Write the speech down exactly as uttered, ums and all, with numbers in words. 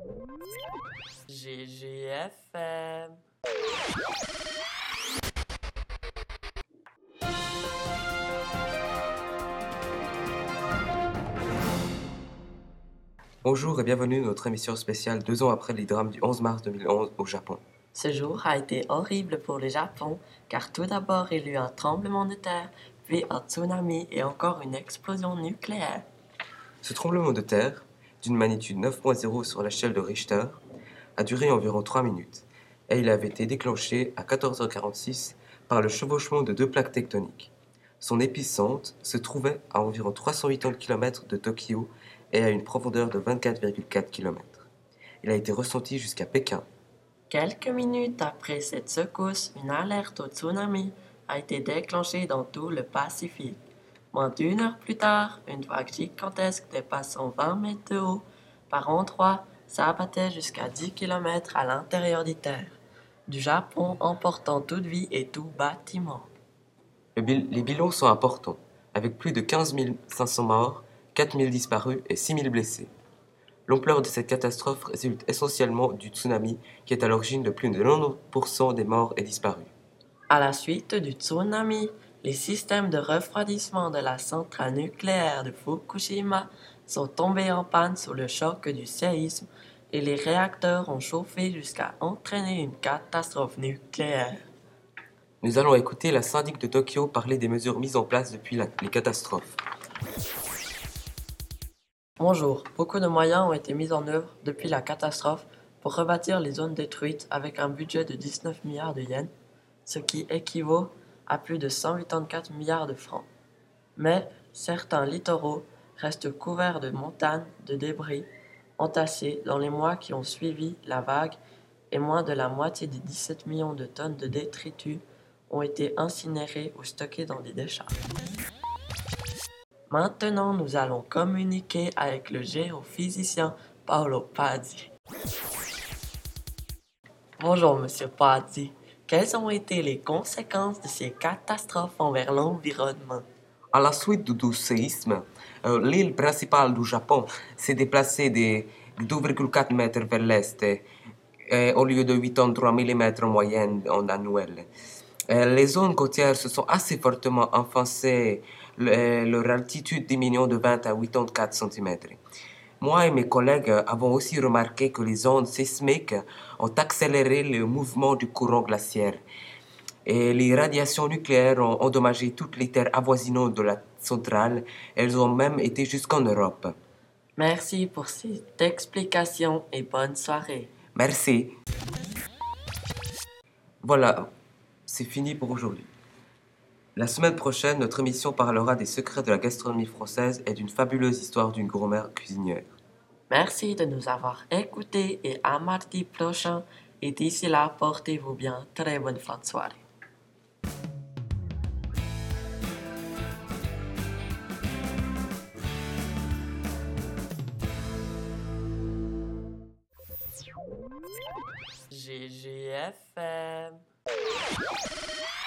G G F M. Bonjour et bienvenue à notre émission spéciale deux ans après les drames du onze mars deux mille onze au Japon. Ce jour a été horrible pour le Japon car tout d'abord il y eut un tremblement de terre, puis un tsunami et encore une explosion nucléaire. Ce tremblement de terre, d'une magnitude neuf virgule zéro sur l'échelle de Richter, a duré environ trois minutes et il avait été déclenché à quatorze heures quarante-six par le chevauchement de deux plaques tectoniques. Son épicentre se trouvait à environ trois cent quatre-vingt-dix kilomètres de Tokyo et à une profondeur de vingt-quatre virgule quatre kilomètres. Il a été ressenti jusqu'à Pékin. Quelques minutes après cette secousse, une alerte au tsunami a été déclenchée dans tout le Pacifique. Moins d'une heure plus tard, une vague gigantesque dépassant vingt mètres de haut par endroits s'abattait jusqu'à dix kilomètres à l'intérieur des terres du Japon, emportant toute vie et tout bâtiment. Le bil- les bilans sont importants, avec plus de quinze mille cinq cents morts, quatre mille disparus et six mille blessés. L'ampleur de cette catastrophe résulte essentiellement du tsunami qui est à l'origine de plus de quatre-vingt-dix pour cent des morts et disparus. À la suite du tsunami, les systèmes de refroidissement de la centrale nucléaire de Fukushima sont tombés en panne sous le choc du séisme et les réacteurs ont chauffé jusqu'à entraîner une catastrophe nucléaire. Nous allons écouter la syndic de Tokyo parler des mesures mises en place depuis la- les catastrophes. Bonjour, beaucoup de moyens ont été mis en œuvre depuis la catastrophe pour rebâtir les zones détruites avec un budget de dix-neuf milliards de yens, ce qui équivaut à plus de cent quatre-vingt-quatre milliards de francs. Mais certains littoraux restent couverts de montagnes de débris entassés dans les mois qui ont suivi la vague et moins de la moitié des dix-sept millions de tonnes de détritus ont été incinérées ou stockées dans des décharges. Maintenant, nous allons communiquer avec le géophysicien Paolo Pazzi. Bonjour, monsieur Pazzi. Quelles ont été les conséquences de ces catastrophes envers l'environnement? À la suite du, du séisme, euh, l'île principale du Japon s'est déplacée de, de deux virgule quatre mètres vers l'est et, et au lieu de quatre-vingt-trois millimètres en moyenne en annuel. Euh, les zones côtières se sont assez fortement enfoncées, le- leur altitude diminuant de vingt à quatre-vingt-quatre centimètres. Moi et mes collègues avons aussi remarqué que les ondes sismiques ont accéléré le mouvement du courant glaciaire. Et les radiations nucléaires ont endommagé toutes les terres avoisinantes de la centrale. Elles ont même été jusqu'en Europe. Merci pour cette explication et bonne soirée. Merci. Voilà, c'est fini pour aujourd'hui. La semaine prochaine, notre émission parlera des secrets de la gastronomie française et d'une fabuleuse histoire d'une grand-mère cuisinière. Merci de nous avoir écoutés et à mardi prochain. Et d'ici là, portez-vous bien. Très bonne fin de soirée. G G F M.